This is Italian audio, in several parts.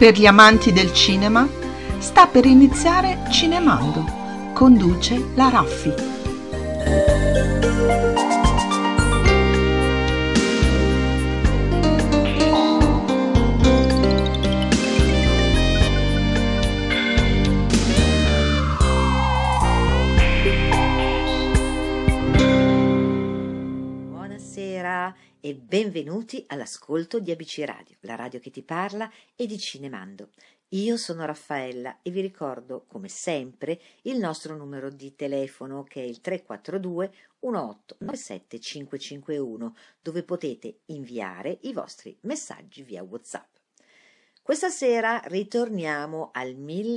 Per gli amanti del cinema, sta per iniziare Cinemando. Conduce la Raffi. Buonasera e benvenuti all'ascolto di ABC Radio, la radio che ti parla e di Cinemando. Io sono Raffaella e vi ricordo, come sempre, il nostro numero di telefono che è il 342 1897 551, dove potete inviare i vostri messaggi via WhatsApp. Questa sera ritorniamo al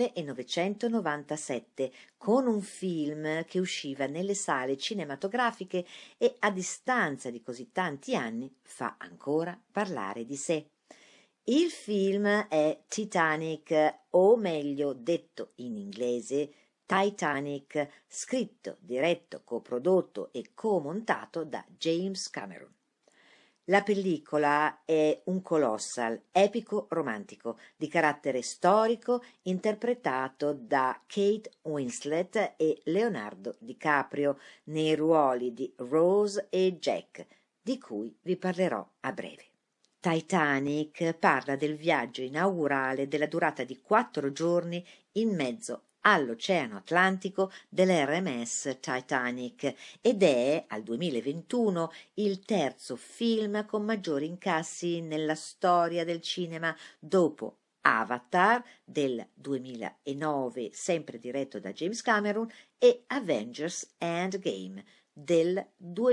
1997 con un film che usciva nelle sale cinematografiche e a distanza di così tanti anni fa ancora parlare di sé. Il film è Titanic, o meglio detto in inglese Titanic, scritto, diretto, coprodotto e comontato da James Cameron. La pellicola è un colossal epico romantico di carattere storico interpretato da Kate Winslet e Leonardo DiCaprio nei ruoli di Rose e Jack, di cui vi parlerò a breve. Titanic parla del viaggio inaugurale della durata di 4 giorni in mezzo all'Oceano Atlantico dell'RMS Titanic ed è, al 2021, il terzo film con maggiori incassi nella storia del cinema dopo Avatar del 2009, sempre diretto da James Cameron, e Avengers Endgame del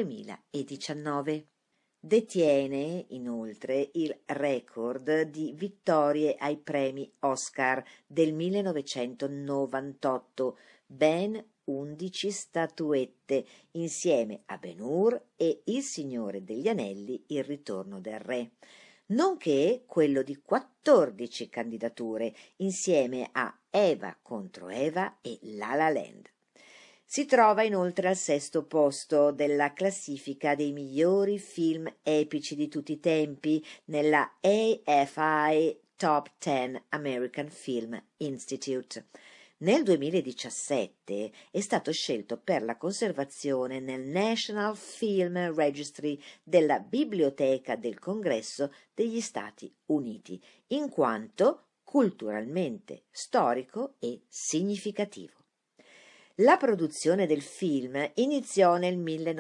2019. Detiene inoltre il record di vittorie ai premi Oscar del 1998, ben 11 statuette, insieme a Ben-Hur e Il Signore degli Anelli, Il Ritorno del Re, nonché quello di 14 candidature, insieme a Eva contro Eva e La La Land. Si trova inoltre al 6° posto della classifica dei migliori film epici di tutti i tempi nella AFI Top 10 American Film Institute. Nel 2017 è stato scelto per la conservazione nel National Film Registry della Biblioteca del Congresso degli Stati Uniti, in quanto culturalmente storico e significativo. La produzione del film iniziò nel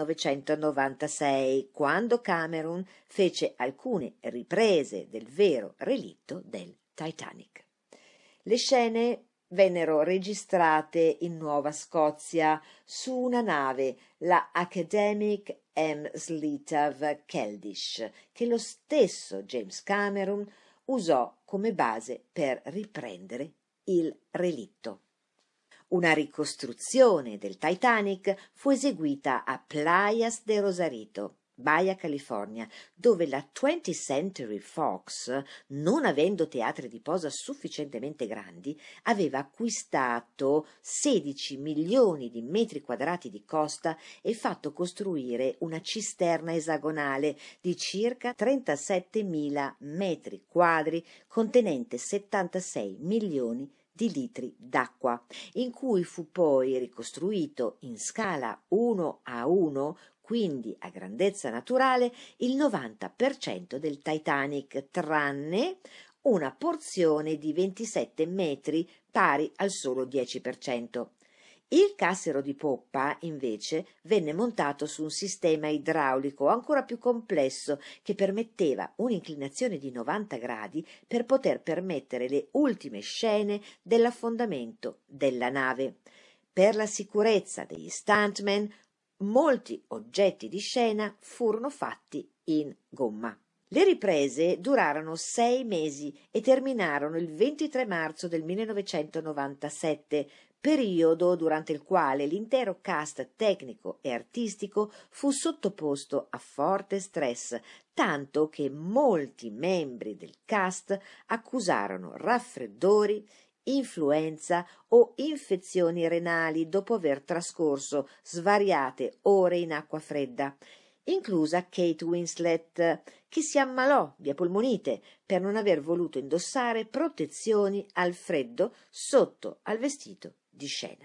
1996, quando Cameron fece alcune riprese del vero relitto del Titanic. Le scene vennero registrate in Nuova Scozia su una nave, la Academic M. Slitav Keldysh, che lo stesso James Cameron usò come base per riprendere il relitto. Una ricostruzione del Titanic fu eseguita a Playas de Rosarito, Baja California, dove la 20th Century Fox, non avendo teatri di posa sufficientemente grandi, aveva acquistato 16 milioni di metri quadrati di costa e fatto costruire una cisterna esagonale di circa 37.000 metri quadri contenente 76 milioni di litri d'acqua, in cui fu poi ricostruito in scala 1:1, quindi a grandezza naturale, il 90% del Titanic, tranne una porzione di 27 metri pari al solo 10%. Il cassero di poppa, invece, venne montato su un sistema idraulico ancora più complesso che permetteva un'inclinazione di 90 gradi per poter permettere le ultime scene dell'affondamento della nave. Per la sicurezza degli stuntman, molti oggetti di scena furono fatti in gomma. Le riprese durarono 6 mesi e terminarono il 23 marzo del 1997, periodo durante il quale l'intero cast tecnico e artistico fu sottoposto a forte stress, tanto che molti membri del cast accusarono raffreddori, influenza o infezioni renali dopo aver trascorso svariate ore in acqua fredda. inclusa Kate Winslet, che si ammalò via polmonite per non aver voluto indossare protezioni al freddo sotto al vestito di scena.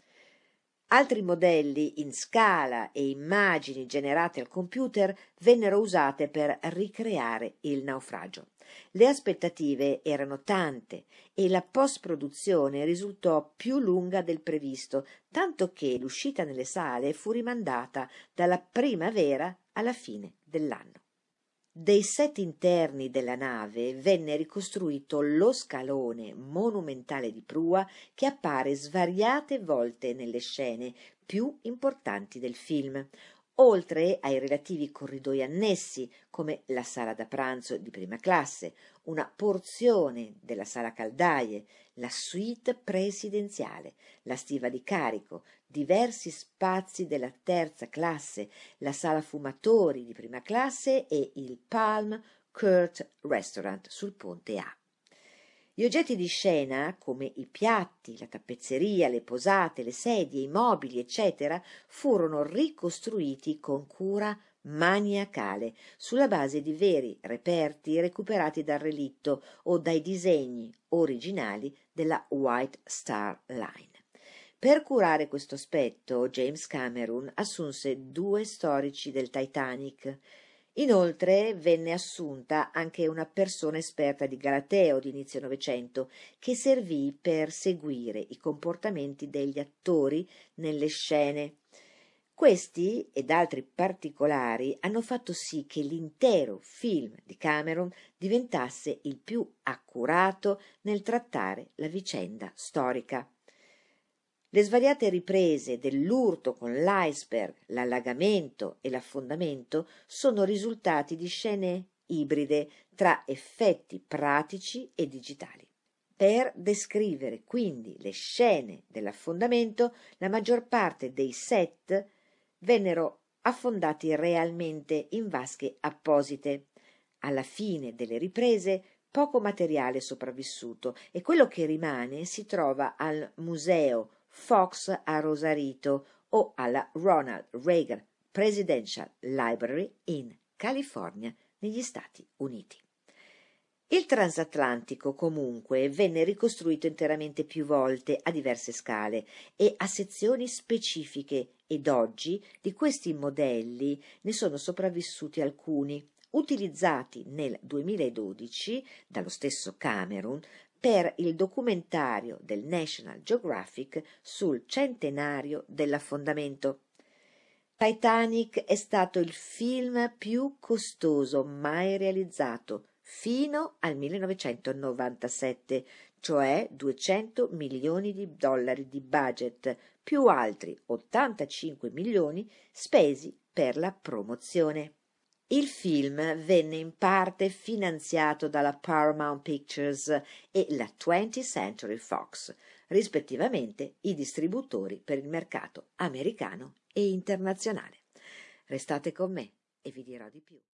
Altri modelli in scala e immagini generate al computer vennero usate per ricreare il naufragio. Le aspettative erano tante e la post-produzione risultò più lunga del previsto, tanto che l'uscita nelle sale fu rimandata dalla primavera alla fine dell'anno. Dei set interni della nave venne ricostruito lo scalone monumentale di prua che appare svariate volte nelle scene più importanti del film, oltre ai relativi corridoi annessi, come la sala da pranzo di prima classe, una porzione della sala caldaie, la suite presidenziale, la stiva di carico, diversi spazi della terza classe, la sala fumatori di prima classe e il Palm Court Restaurant sul ponte A. Gli oggetti di scena, come i piatti, la tappezzeria, le posate, le sedie, i mobili, eccetera, furono ricostruiti con cura maniacale sulla base di veri reperti recuperati dal relitto o dai disegni originali della White Star Line. Per curare questo aspetto, James Cameron assunse 2 storici del Titanic. Inoltre venne assunta anche una persona esperta di galateo di inizio Novecento che servì per seguire i comportamenti degli attori nelle scene. Questi ed altri particolari hanno fatto sì che l'intero film di Cameron diventasse il più accurato nel trattare la vicenda storica. Le svariate riprese dell'urto con l'iceberg, l'allagamento e l'affondamento sono risultati di scene ibride tra effetti pratici e digitali. Per descrivere quindi le scene dell'affondamento, la maggior parte dei set vennero affondati realmente in vasche apposite. Alla fine delle riprese poco materiale è sopravvissuto e quello che rimane si trova al Museo Fox a Rosarito o alla Ronald Reagan Presidential Library in California, negli Stati Uniti. Il transatlantico comunque venne ricostruito interamente più volte a diverse scale e a sezioni specifiche ed oggi di questi modelli ne sono sopravvissuti alcuni, utilizzati nel 2012 dallo stesso Cameron per il documentario del National Geographic sul centenario dell'affondamento. Titanic è stato il film più costoso mai realizzato fino al 1997, cioè 200 milioni di dollari di budget, più altri 85 milioni spesi per la promozione. Il film venne in parte finanziato dalla Paramount Pictures e la 20th Century Fox, rispettivamente i distributori per il mercato americano e internazionale. Restate con me e vi dirò di più.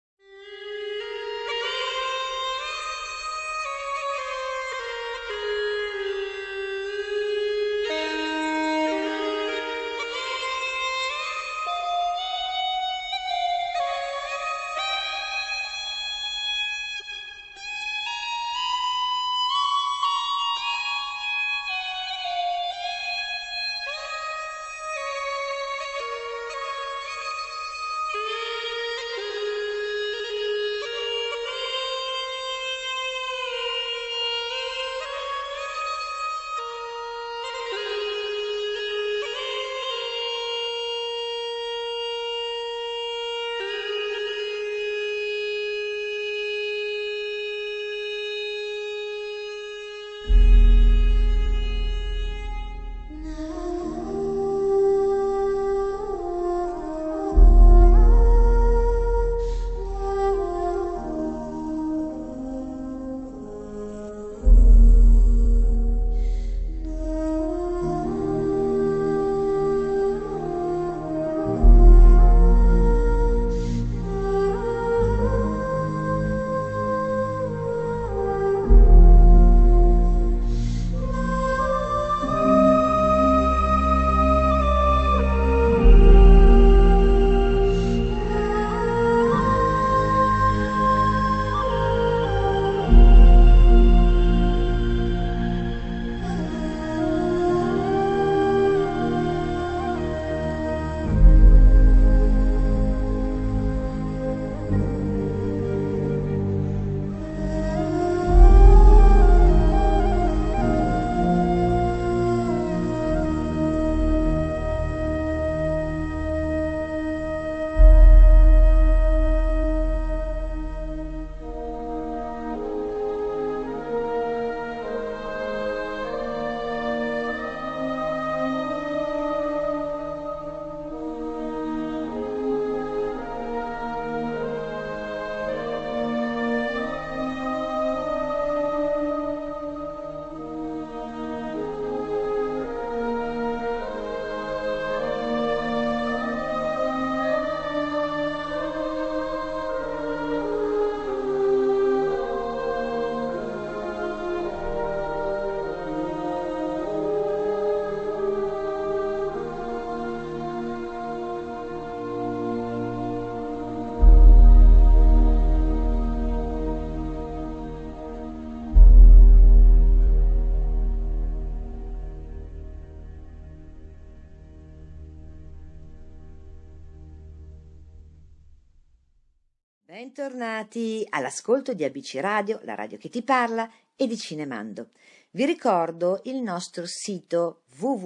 Bentornati all'ascolto di ABC Radio, la radio che ti parla, e di Cinemando. Vi ricordo il nostro sito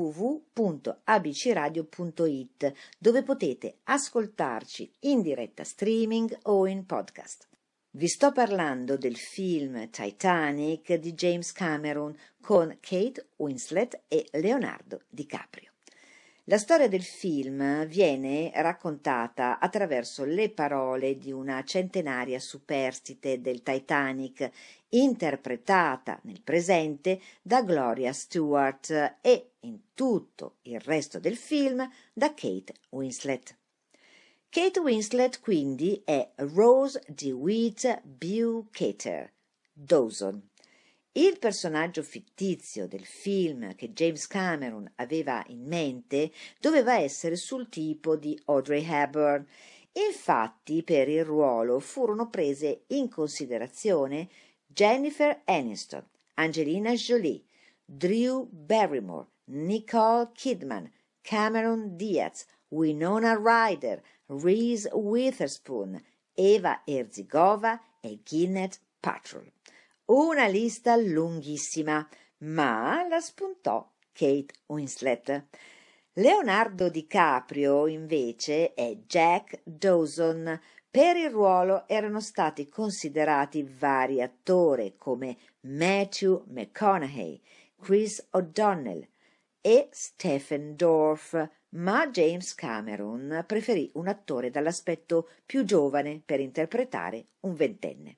www.abcradio.it, dove potete ascoltarci in diretta streaming o in podcast. Vi sto parlando del film Titanic di James Cameron con Kate Winslet e Leonardo DiCaprio. La storia del film viene raccontata attraverso le parole di una centenaria superstite del Titanic, interpretata nel presente da Gloria Stewart e in tutto il resto del film da Kate Winslet. Kate Winslet quindi è Rose DeWitt Bukater Dawson. Il personaggio fittizio del film che James Cameron aveva in mente doveva essere sul tipo di Audrey Hepburn. Infatti, per il ruolo furono prese in considerazione Jennifer Aniston, Angelina Jolie, Drew Barrymore, Nicole Kidman, Cameron Diaz, Winona Ryder, Reese Witherspoon, Eva Herzigova e Gwyneth Paltrow. Una lista lunghissima, ma la spuntò Kate Winslet. Leonardo DiCaprio, invece, è Jack Dawson. Per il ruolo erano stati considerati vari attori come Matthew McConaughey, Chris O'Donnell e Stephen Dorff, ma James Cameron preferì un attore dall'aspetto più giovane per interpretare un ventenne.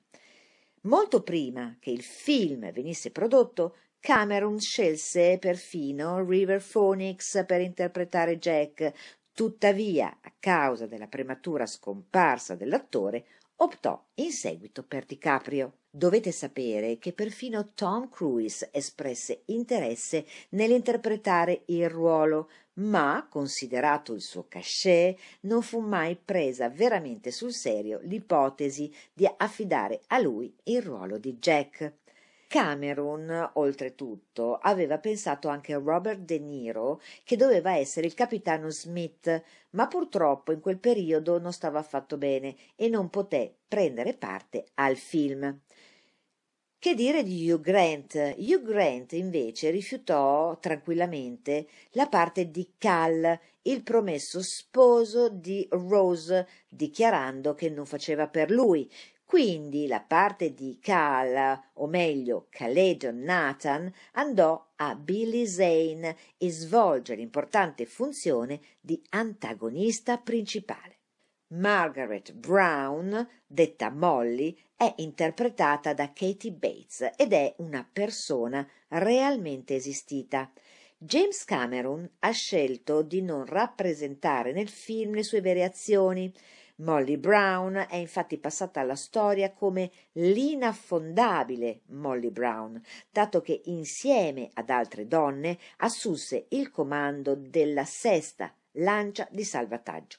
Molto prima che il film venisse prodotto, Cameron scelse perfino River Phoenix per interpretare Jack. Tuttavia, a causa della prematura scomparsa dell'attore, optò in seguito per DiCaprio. Dovete sapere che perfino Tom Cruise espresse interesse nell'interpretare il ruolo, ma, considerato il suo cachet, non fu mai presa veramente sul serio l'ipotesi di affidare a lui il ruolo di Jack. Cameron, oltretutto, aveva pensato anche a Robert De Niro, che doveva essere il capitano Smith, ma purtroppo in quel periodo non stava affatto bene e non poté prendere parte al film. Che dire di Hugh Grant? Hugh Grant invece rifiutò tranquillamente la parte di Cal, il promesso sposo di Rose, dichiarando che non faceva per lui. Quindi la parte di Cal, o meglio Caledon Nathan, andò a Billy Zane e svolge l'importante funzione di antagonista principale. Margaret Brown, detta Molly, è interpretata da Katie Bates ed è una persona realmente esistita. James Cameron ha scelto di non rappresentare nel film le sue vere azioni. Molly Brown è infatti passata alla storia come l'inaffondabile Molly Brown, dato che insieme ad altre donne assunse il comando della sesta lancia di salvataggio.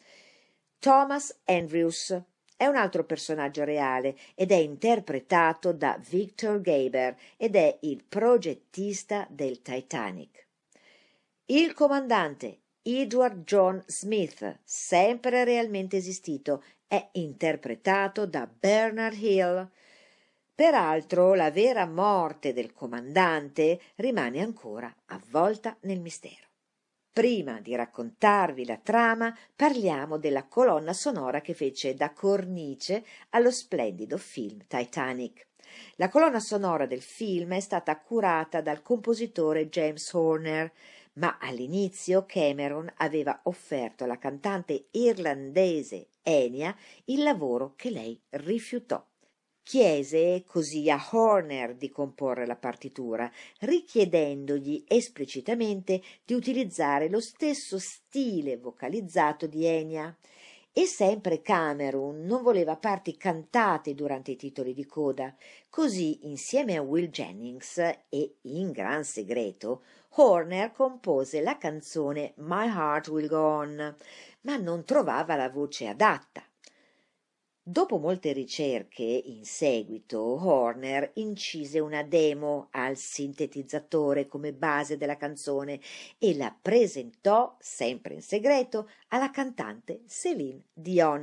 Thomas Andrews è un altro personaggio reale ed è interpretato da Victor Garber ed è il progettista del Titanic. Il comandante Edward John Smith, sempre realmente esistito, è interpretato da Bernard Hill. Peraltro, la vera morte del comandante rimane ancora avvolta nel mistero. Prima di raccontarvi la trama, parliamo della colonna sonora che fece da cornice allo splendido film Titanic. La colonna sonora del film è stata curata dal compositore James Horner, ma all'inizio Cameron aveva offerto alla cantante irlandese Enya il lavoro che lei rifiutò. Chiese così a Horner di comporre la partitura, richiedendogli esplicitamente di utilizzare lo stesso stile vocalizzato di Enya. E sempre Cameron non voleva parti cantate durante i titoli di coda. Così, insieme a Will Jennings e in gran segreto, Horner compose la canzone My Heart Will Go On, ma non trovava la voce adatta. Dopo molte ricerche, in seguito, Horner incise una demo al sintetizzatore come base della canzone e la presentò, sempre in segreto, alla cantante Céline Dion,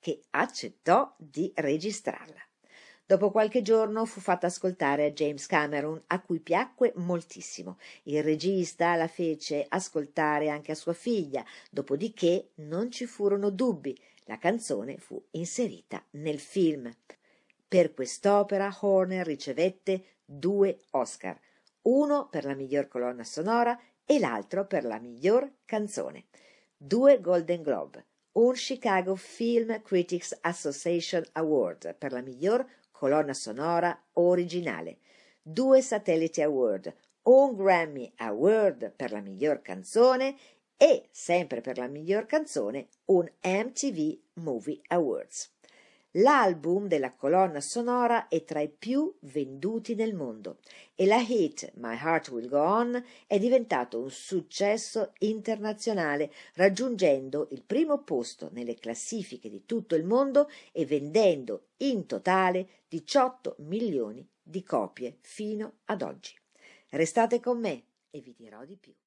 che accettò di registrarla. Dopo qualche giorno fu fatta ascoltare a James Cameron, a cui piacque moltissimo. Il regista la fece ascoltare anche a sua figlia, dopodiché non ci furono dubbi, la canzone fu inserita nel film. Per quest'opera Horner ricevette 2 Oscar, uno per la miglior colonna sonora e l'altro per la miglior canzone, 2 Golden Globe, un Chicago Film Critics Association Award per la miglior colonna sonora originale, 2 Satellite Award, un Grammy Award per la miglior canzone e, sempre per la miglior canzone, un MTV Movie Awards. L'album della colonna sonora è tra i più venduti nel mondo e la hit My Heart Will Go On è diventato un successo internazionale, raggiungendo il primo posto nelle classifiche di tutto il mondo e vendendo in totale 18 milioni di copie fino ad oggi. Restate con me e vi dirò di più.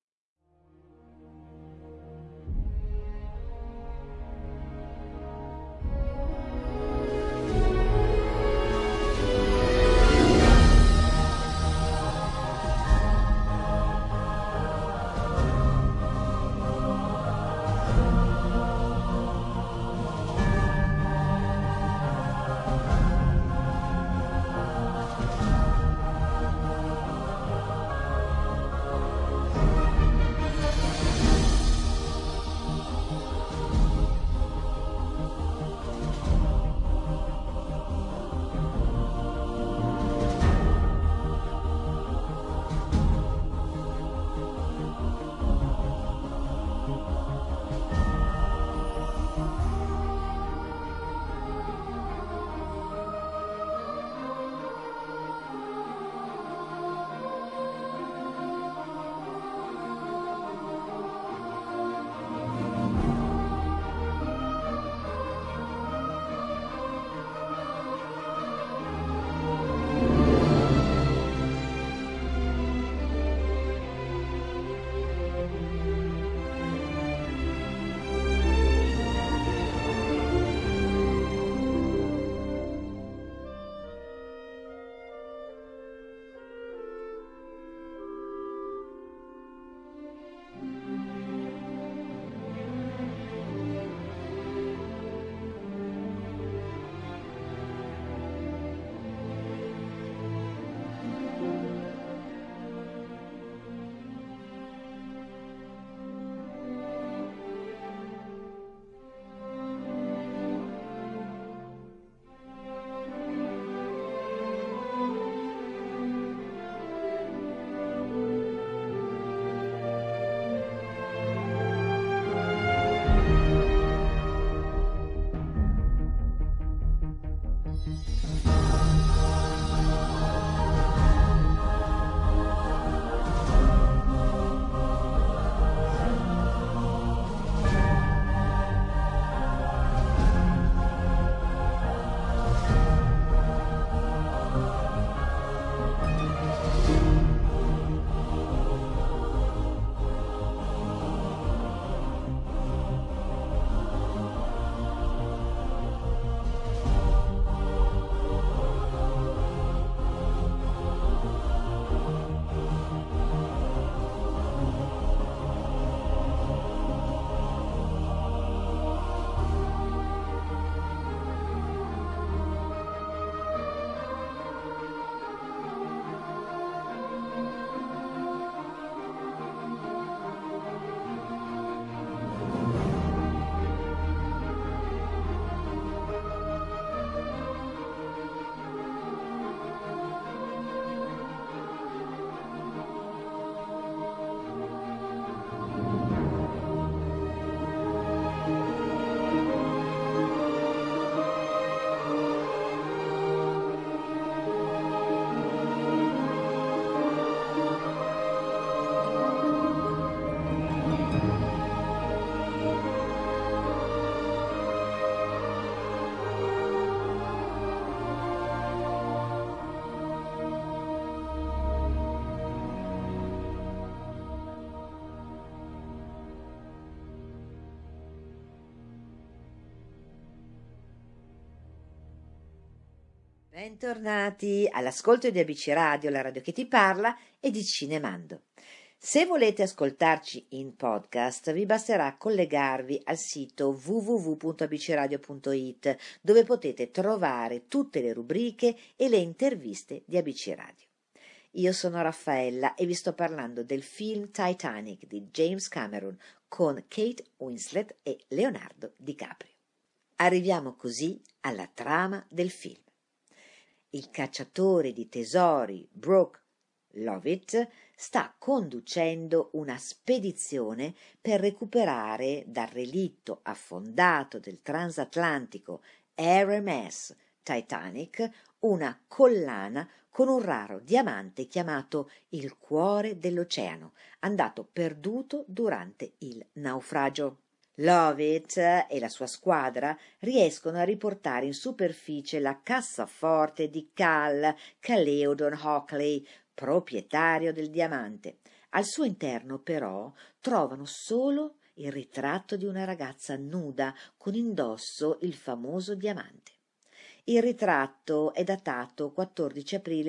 Bentornati all'ascolto di ABC Radio, la radio che ti parla, e di Cinemando. Se volete ascoltarci in podcast, vi basterà collegarvi al sito www.abcradio.it, dove potete trovare tutte le rubriche e le interviste di ABC Radio. Io sono Raffaella e vi sto parlando del film Titanic di James Cameron con Kate Winslet e Leonardo DiCaprio. Arriviamo così alla trama del film. Il cacciatore di tesori Brooke Lovett sta conducendo una spedizione per recuperare dal relitto affondato del transatlantico RMS Titanic una collana con un raro diamante chiamato il cuore dell'oceano, andato perduto durante il naufragio. Lovett e la sua squadra riescono a riportare in superficie la cassaforte di Cal Caledon Hockley, proprietario del diamante. Al suo interno, però, trovano solo il ritratto di una ragazza nuda con indosso il famoso diamante. Il ritratto è datato 14 aprile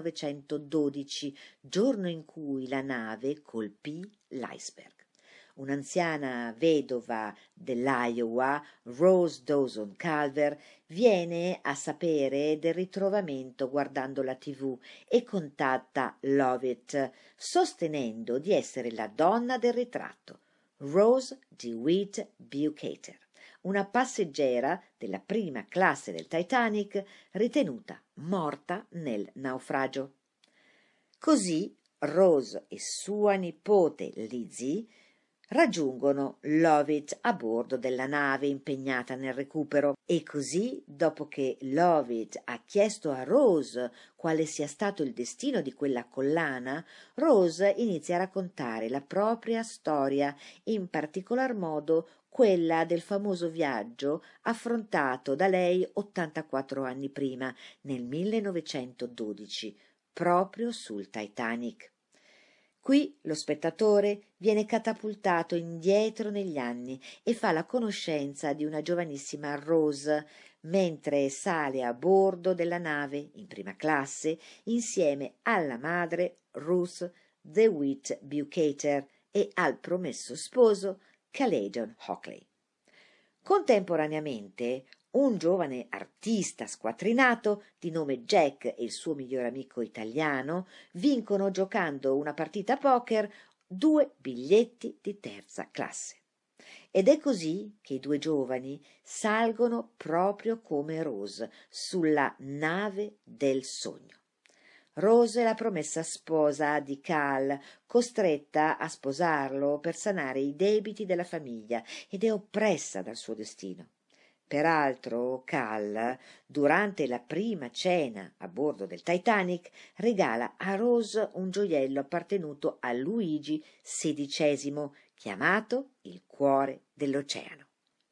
1912, giorno in cui la nave colpì l'iceberg. Un'anziana vedova dell'Iowa, Rose Dawson Calver, viene a sapere del ritrovamento guardando la TV e contatta Lovett, sostenendo di essere la donna del ritratto, Rose DeWitt Bukater, una passeggera della prima classe del Titanic ritenuta morta nel naufragio. Così Rose e sua nipote Lizzie raggiungono Lovett a bordo della nave impegnata nel recupero e così, dopo che Lovett ha chiesto a Rose quale sia stato il destino di quella collana, Rose inizia a raccontare la propria storia, in particolar modo quella del famoso viaggio affrontato da lei 84 anni prima, nel 1912, proprio sul Titanic. Qui lo spettatore viene catapultato indietro negli anni e fa la conoscenza di una giovanissima Rose mentre sale a bordo della nave in prima classe insieme alla madre Ruth DeWitt Bukater e al promesso sposo Caledon Hockley. Contemporaneamente un giovane artista squattrinato di nome Jack e il suo migliore amico italiano vincono giocando una partita a poker 2 biglietti di terza classe. Ed è così che i due giovani salgono proprio come Rose sulla nave del sogno. Rose è la promessa sposa di Cal, costretta a sposarlo per sanare i debiti della famiglia ed è oppressa dal suo destino. Peraltro Cal, durante la prima cena a bordo del Titanic, regala a Rose un gioiello appartenuto a Luigi XVI, chiamato il cuore dell'oceano.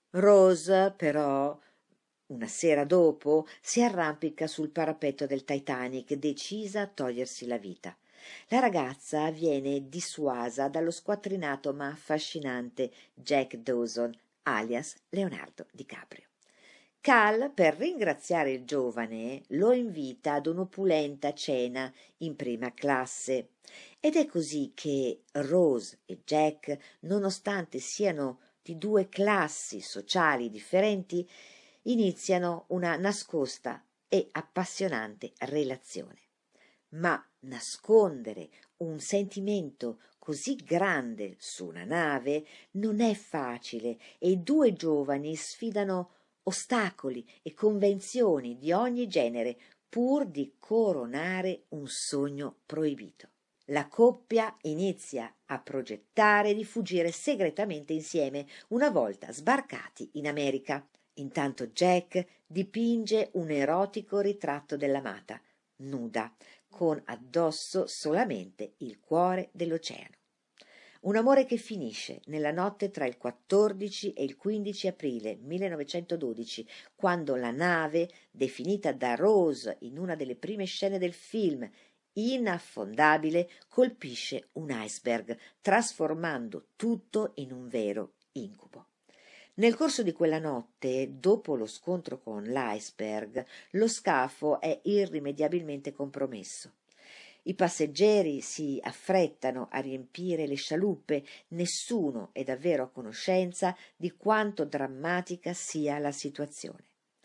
Rose, però, una sera dopo, si arrampica sul parapetto del Titanic, decisa a togliersi la vita. La ragazza viene dissuasa dallo squattrinato ma affascinante Jack Dawson, alias Leonardo DiCaprio. Cal, per ringraziare il giovane, lo invita ad un'opulenta cena in prima classe. Ed è così che Rose e Jack, nonostante siano di 2 classi sociali differenti, iniziano una nascosta e appassionante relazione. Ma nascondere un sentimento così grande su una nave non è facile e i 2 giovani sfidano ostacoli e convenzioni di ogni genere pur di coronare un sogno proibito. La coppia inizia a progettare di fuggire segretamente insieme una volta sbarcati in America. Intanto Jack dipinge un erotico ritratto dell'amata, nuda, con addosso solamente il cuore dell'oceano. Un amore che finisce nella notte tra il 14 e il 15 aprile 1912, quando la nave, definita da Rose in una delle prime scene del film inaffondabile, colpisce un iceberg, trasformando tutto in un vero incubo. Nel corso di quella notte, dopo lo scontro con l'iceberg, lo scafo è irrimediabilmente compromesso. I passeggeri si affrettano a riempire le scialuppe, nessuno è davvero a conoscenza di quanto drammatica sia la situazione.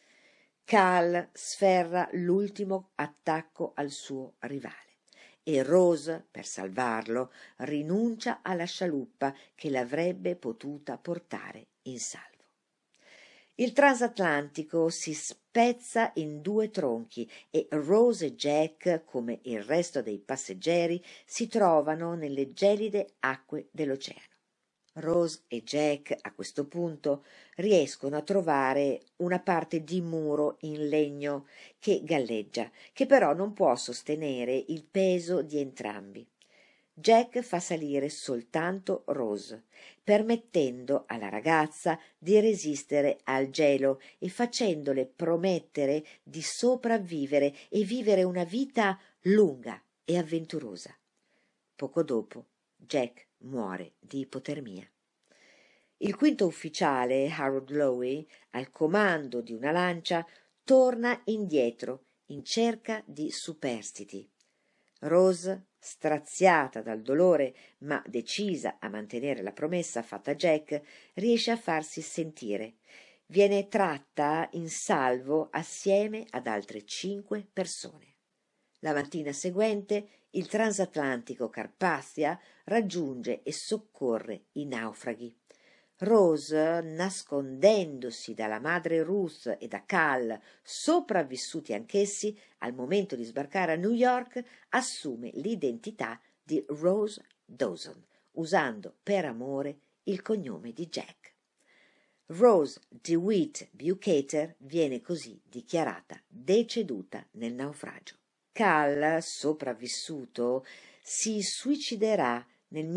Cal sferra l'ultimo attacco al suo rivale e Rose, per salvarlo, rinuncia alla scialuppa che l'avrebbe potuta portare in salvo. Il transatlantico si spezza in due tronchi e Rose e Jack, come il resto dei passeggeri, si trovano nelle gelide acque dell'oceano. Rose e Jack a questo punto riescono a trovare una parte di muro in legno che galleggia, che però non può sostenere il peso di entrambi. Jack fa salire soltanto Rose, permettendo alla ragazza di resistere al gelo e facendole promettere di sopravvivere e vivere una vita lunga e avventurosa. Poco dopo Jack muore di ipotermia. Il quinto ufficiale, Harold Lowe, al comando di una lancia, torna indietro in cerca di superstiti. Rose, straziata dal dolore ma decisa a mantenere la promessa fatta a Jack, riesce a farsi sentire. Viene tratta in salvo assieme ad altre 5 persone. La mattina seguente il transatlantico Carpathia raggiunge e soccorre i naufraghi. Rose, nascondendosi dalla madre Ruth e da Cal, sopravvissuti anch'essi, al momento di sbarcare a New York, assume l'identità di Rose Dawson, usando per amore il cognome di Jack. Rose DeWitt Bukater viene così dichiarata deceduta nel naufragio. Cal, sopravvissuto, si suiciderà nel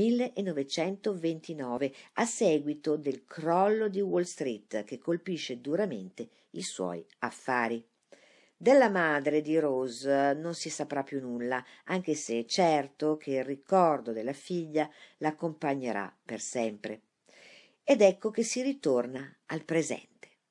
1929 a seguito del crollo di Wall Street che colpisce duramente i suoi affari. Della madre di Rose non si saprà più nulla, anche se è certo che il ricordo della figlia l'accompagnerà per sempre. Ed ecco che si ritorna al presente.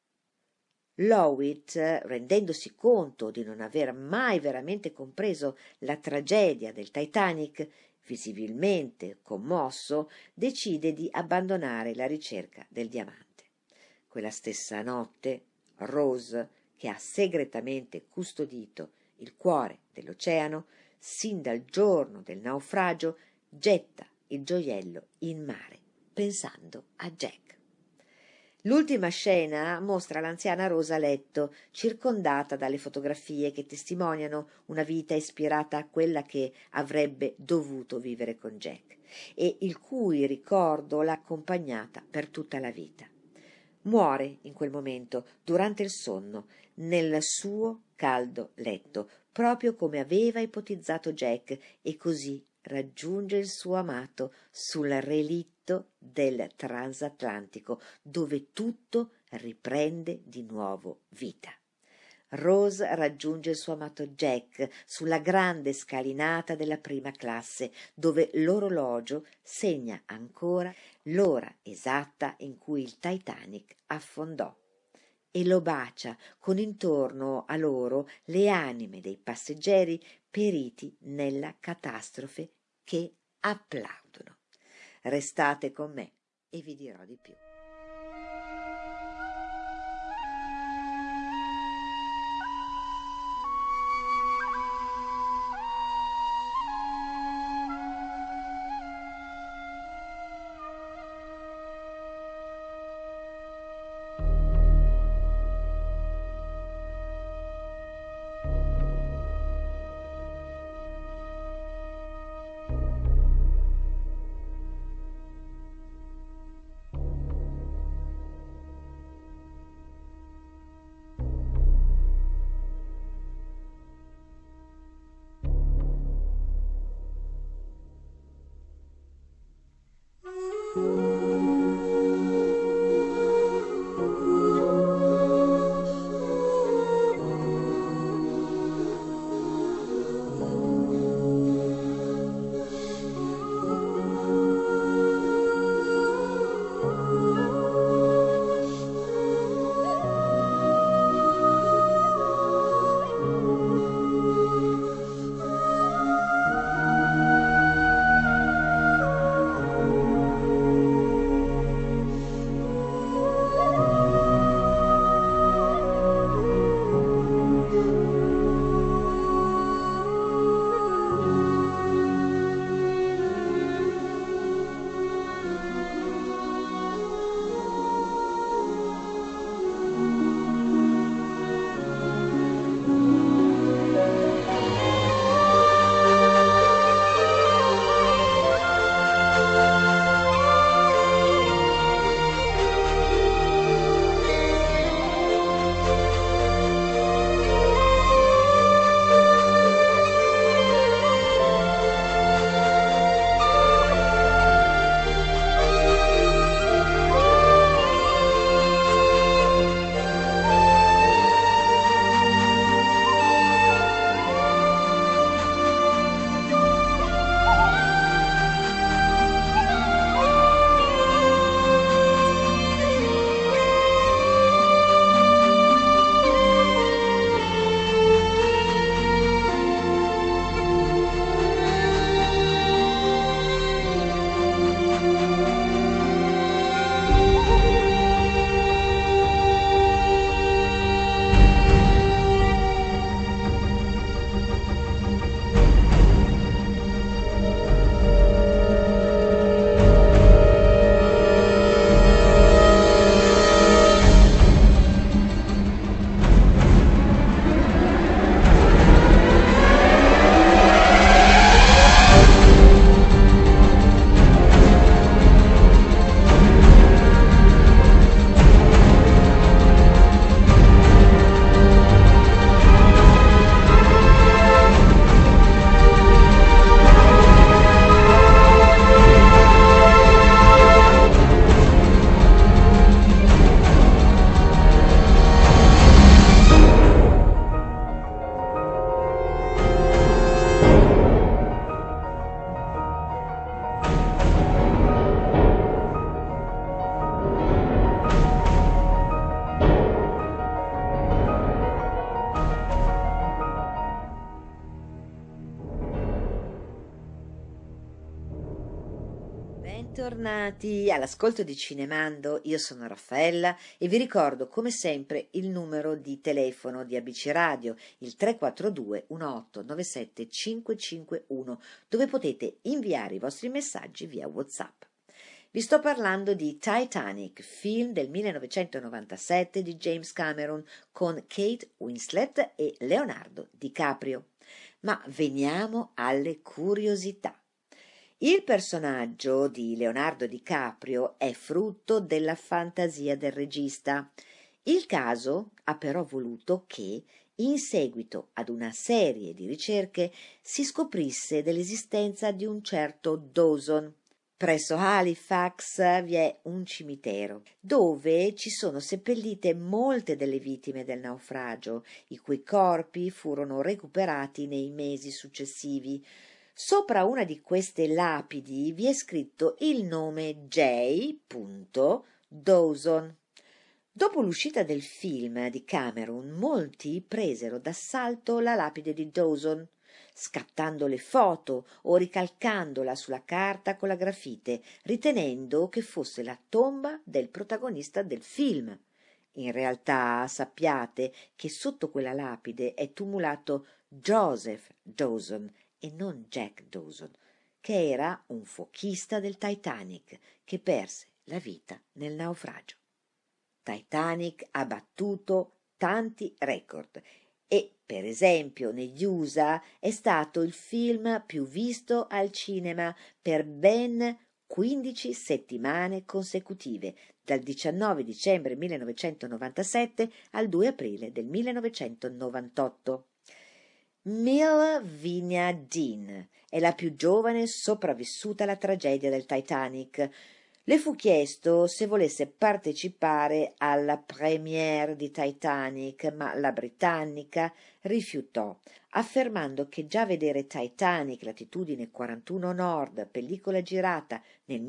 Lowitt, rendendosi conto di non aver mai veramente compreso la tragedia del Titanic, visibilmente commosso, decide di abbandonare la ricerca del diamante. Quella stessa notte, Rose, che ha segretamente custodito il cuore dell'oceano, sin dal giorno del naufragio, getta il gioiello in mare, pensando a Jack. L'ultima scena mostra l'anziana Rose a letto, circondata dalle fotografie che testimoniano una vita ispirata a quella che avrebbe dovuto vivere con Jack e il cui ricordo l'ha accompagnata per tutta la vita. Muore in quel momento, durante il sonno, nel suo caldo letto, proprio come aveva ipotizzato Jack, e così raggiunge il suo amato sul relitto del transatlantico, dove tutto riprende di nuovo vita. Rose raggiunge il suo amato Jack sulla grande scalinata della prima classe, dove l'orologio segna ancora l'ora esatta in cui il Titanic affondò, e lo bacia con intorno a loro le anime dei passeggeri periti nella catastrofe, che applaudono. Restate con me e vi dirò di più. Bentornati all'ascolto di Cinemando, io sono Raffaella e vi ricordo come sempre il numero di telefono di ABC Radio, il 342 1897 551, dove potete inviare i vostri messaggi via WhatsApp. Vi sto parlando di Titanic, film del 1997 di James Cameron con Kate Winslet e Leonardo DiCaprio. Ma veniamo alle curiosità. Il personaggio di Leonardo DiCaprio è frutto della fantasia del regista. Il caso ha però voluto che, in seguito ad una serie di ricerche, si scoprisse dell'esistenza di un certo Dawson. Presso Halifax vi è un cimitero dove ci sono seppellite molte delle vittime del naufragio, i cui corpi furono recuperati nei mesi successivi. Sopra una di queste lapidi vi è scritto il nome J. Dawson. Dopo l'uscita del film di Cameron, molti presero d'assalto la lapide di Dawson, scattando le foto o ricalcandola sulla carta con la grafite, ritenendo che fosse la tomba del protagonista del film. In realtà sappiate che sotto quella lapide è tumulato Joseph Dawson e non Jack Dawson, che era un fuochista del Titanic che perse la vita nel naufragio. Titanic ha battuto tanti record e, per esempio, negli USA è stato il film più visto al cinema per ben 15 settimane consecutive, dal 19 dicembre 1997 al 2 aprile del 1998. Milvinia Dean è la più giovane sopravvissuta alla tragedia del Titanic. Le fu chiesto se volesse partecipare alla premiere di Titanic, ma la britannica rifiutò, affermando che già vedere Titanic, latitudine 41 Nord, pellicola girata nel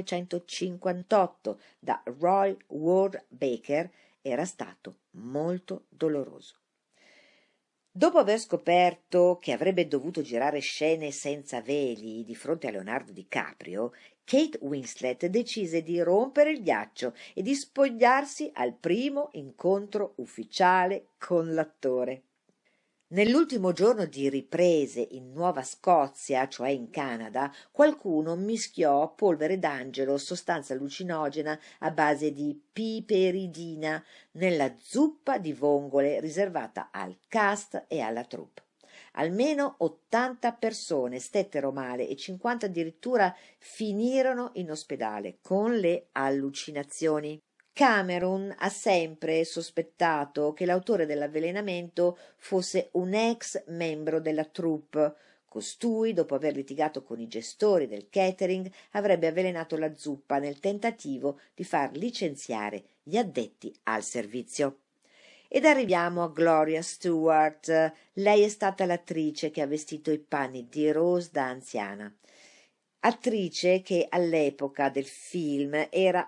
1958 da Roy Ward Baker, era stato molto doloroso. Dopo aver scoperto che avrebbe dovuto girare scene senza veli di fronte a Leonardo DiCaprio, Kate Winslet decise di rompere il ghiaccio e di spogliarsi al primo incontro ufficiale con l'attore. Nell'ultimo giorno di riprese in Nuova Scozia, cioè in Canada, qualcuno mischiò polvere d'angelo, sostanza allucinogena a base di piperidina, nella zuppa di vongole riservata al cast e alla troupe. Almeno 80 persone stettero male e 50 addirittura finirono in ospedale con le allucinazioni. Cameron ha sempre sospettato che l'autore dell'avvelenamento fosse un ex membro della troupe. Costui, dopo aver litigato con i gestori del catering, avrebbe avvelenato la zuppa nel tentativo di far licenziare gli addetti al servizio. Ed arriviamo a Gloria Stewart. Lei è stata l'attrice che ha vestito i panni di Rose da anziana. Attrice che all'epoca del film era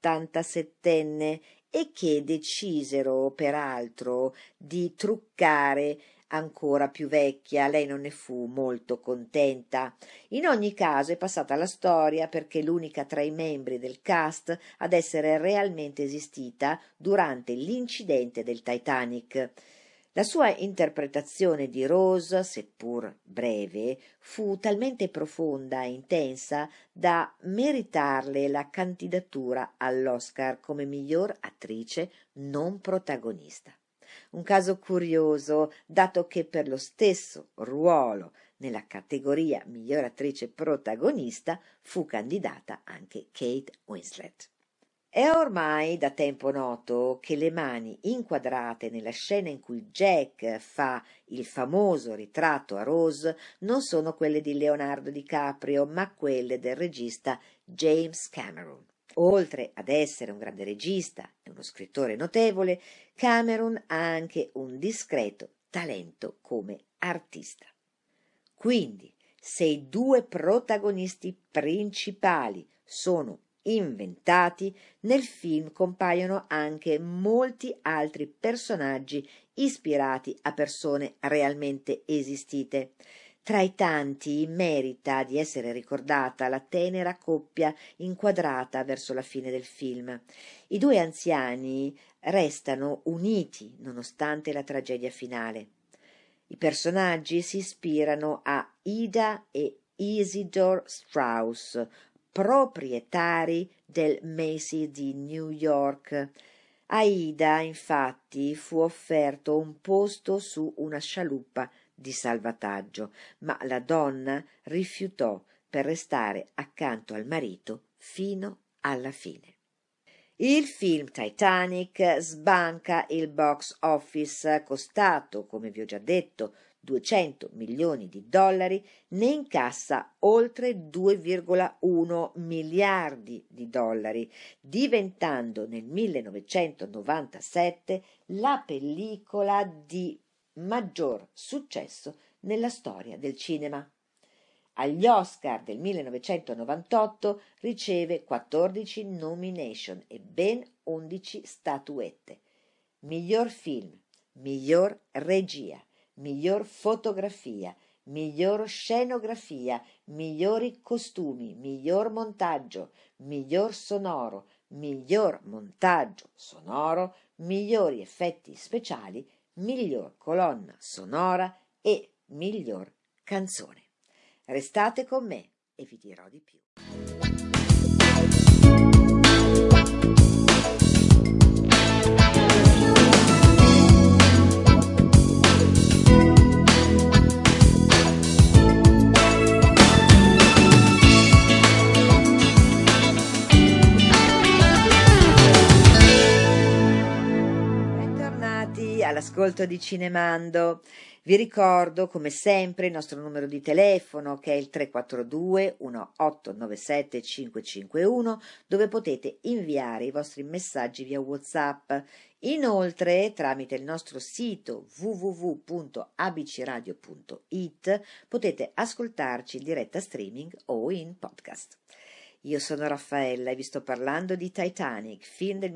87enne e che decisero peraltro di truccare ancora più vecchia. Lei non ne fu molto contenta. In ogni caso è passata alla storia perché è l'unica tra i membri del cast ad essere realmente esistita durante l'incidente del Titanic. La sua interpretazione di Rose, seppur breve, fu talmente profonda e intensa da meritarle la candidatura all'Oscar come miglior attrice non protagonista. Un caso curioso, dato che per lo stesso ruolo nella categoria miglior attrice protagonista fu candidata anche Kate Winslet. È ormai da tempo noto che le mani inquadrate nella scena in cui Jack fa il famoso ritratto a Rose non sono quelle di Leonardo DiCaprio, ma quelle del regista James Cameron. Oltre ad essere un grande regista e uno scrittore notevole, Cameron ha anche un discreto talento come artista. Quindi, se i due protagonisti principali sono inventati, nel film compaiono anche molti altri personaggi ispirati a persone realmente esistite. Tra i tanti merita di essere ricordata la tenera coppia inquadrata verso la fine del film. I due anziani restano uniti nonostante la tragedia finale. I personaggi si ispirano a Ida e Isidore Strauss, proprietari del Macy's di New York. A Ida, infatti, fu offerto un posto su una scialuppa di salvataggio, ma la donna rifiutò per restare accanto al marito fino alla fine. Il film Titanic sbanca il box office, costato, come vi ho già detto, 200 milioni di dollari, ne incassa oltre 2,1 miliardi di dollari, diventando nel 1997 la pellicola di maggior successo nella storia del cinema. Agli Oscar del 1998 riceve 14 nomination e ben 11 statuette. Miglior film, miglior regia, miglior fotografia, miglior scenografia, migliori costumi, miglior montaggio, miglior montaggio sonoro, migliori effetti speciali, miglior colonna sonora e miglior canzone. Restate con me e vi dirò di più. Bentornati all'ascolto di Cinemando. Vi ricordo come sempre il nostro numero di telefono, che è il 342 1897 551, dove potete inviare i vostri messaggi via WhatsApp. Inoltre, tramite il nostro sito www.abcradio.it potete ascoltarci in diretta streaming o in podcast. Io sono Raffaella e vi sto parlando di Titanic, film del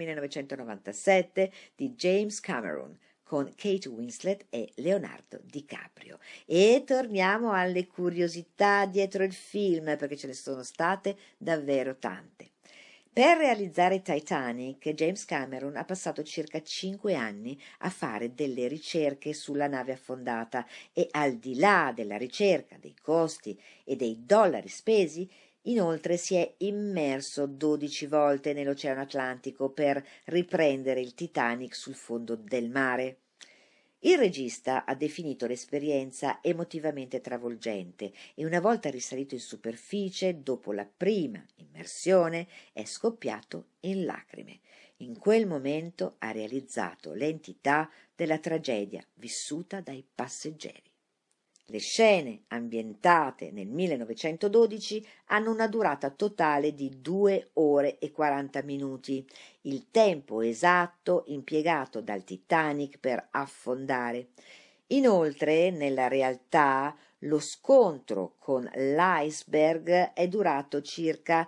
1997 di James Cameron, con Kate Winslet e Leonardo DiCaprio. E torniamo alle curiosità dietro il film, perché ce ne sono state davvero tante. Per realizzare Titanic, James Cameron ha passato circa 5 anni a fare delle ricerche sulla nave affondata e, al di là della ricerca, dei costi e dei dollari spesi, inoltre si è immerso 12 volte nell'Oceano Atlantico per riprendere il Titanic sul fondo del mare. Il regista ha definito l'esperienza emotivamente travolgente e una volta risalito in superficie, dopo la prima immersione, è scoppiato in lacrime. In quel momento ha realizzato l'entità della tragedia vissuta dai passeggeri. Le scene ambientate nel 1912 hanno una durata totale di 2 ore e 40 minuti, il tempo esatto impiegato dal Titanic per affondare. Inoltre, nella realtà, lo scontro con l'iceberg è durato circa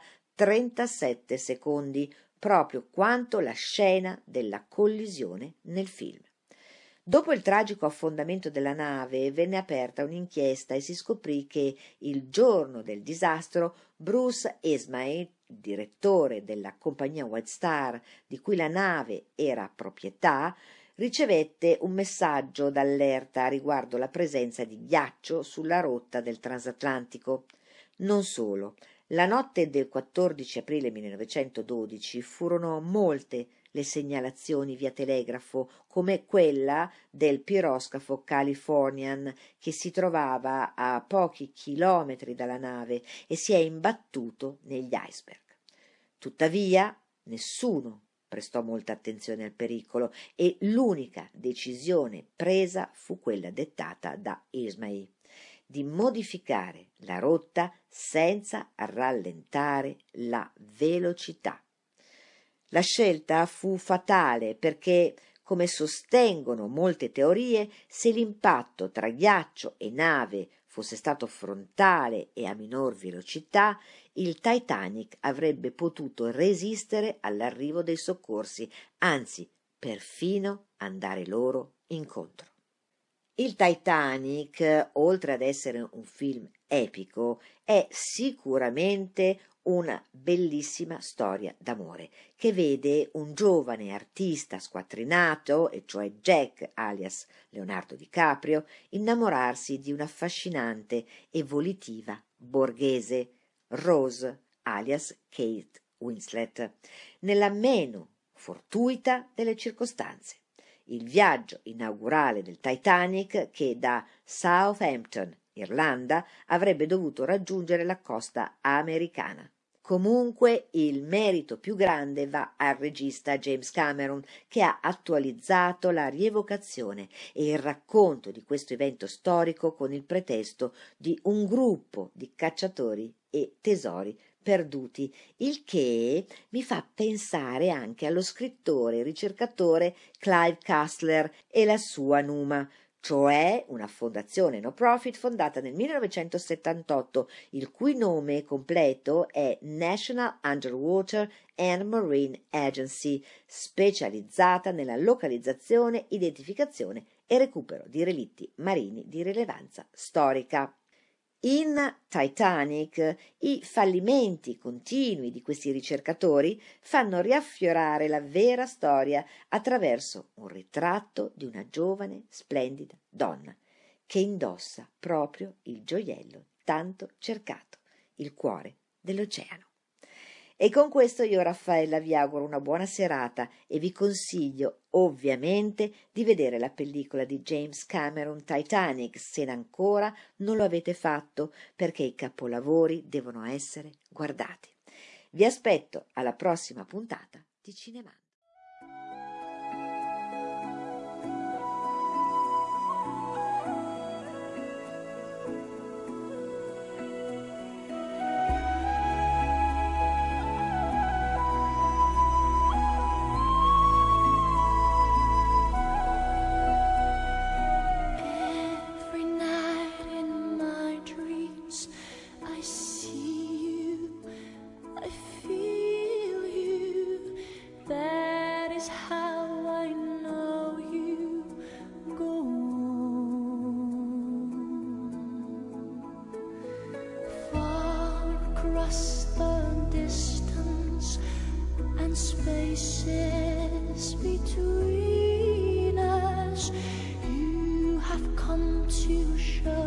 37 secondi, proprio quanto la scena della collisione nel film. Dopo il tragico affondamento della nave venne aperta un'inchiesta e si scoprì che il giorno del disastro Bruce Ismay, direttore della compagnia White Star di cui la nave era proprietà, ricevette un messaggio d'allerta riguardo la presenza di ghiaccio sulla rotta del transatlantico. Non solo, la notte del 14 aprile 1912 furono molte le segnalazioni via telegrafo, come quella del piroscafo Californian che si trovava a pochi chilometri dalla nave e si è imbattuto negli iceberg. Tuttavia, nessuno prestò molta attenzione al pericolo e l'unica decisione presa fu quella dettata da Ismay, di modificare la rotta senza rallentare la velocità. La scelta fu fatale perché, come sostengono molte teorie, se l'impatto tra ghiaccio e nave fosse stato frontale e a minor velocità, il Titanic avrebbe potuto resistere all'arrivo dei soccorsi, anzi, perfino andare loro incontro. Il Titanic, oltre ad essere un film epico, è sicuramente una bellissima storia d'amore che vede un giovane artista squattrinato, e cioè Jack alias Leonardo DiCaprio, innamorarsi di un'affascinante e volitiva borghese, Rose alias Kate Winslet, nella meno fortuita delle circostanze. Il viaggio inaugurale del Titanic, che da Southampton, Irlanda, avrebbe dovuto raggiungere la costa americana. Comunque il merito più grande va al regista James Cameron, che ha attualizzato la rievocazione e il racconto di questo evento storico con il pretesto di un gruppo di cacciatori e tesori perduti, il che mi fa pensare anche allo scrittore e ricercatore Clive Cussler e la sua Numa, cioè una fondazione no profit fondata nel 1978, il cui nome completo è National Underwater and Marine Agency, specializzata nella localizzazione, identificazione e recupero di relitti marini di rilevanza storica. In Titanic i fallimenti continui di questi ricercatori fanno riaffiorare la vera storia attraverso un ritratto di una giovane, splendida donna che indossa proprio il gioiello tanto cercato, il cuore dell'oceano. E con questo io, Raffaella, vi auguro una buona serata e vi consiglio ovviamente di vedere la pellicola di James Cameron Titanic, se ancora non lo avete fatto, perché i capolavori devono essere guardati. Vi aspetto alla prossima puntata di Cinemando. Spaces between us, you have come to show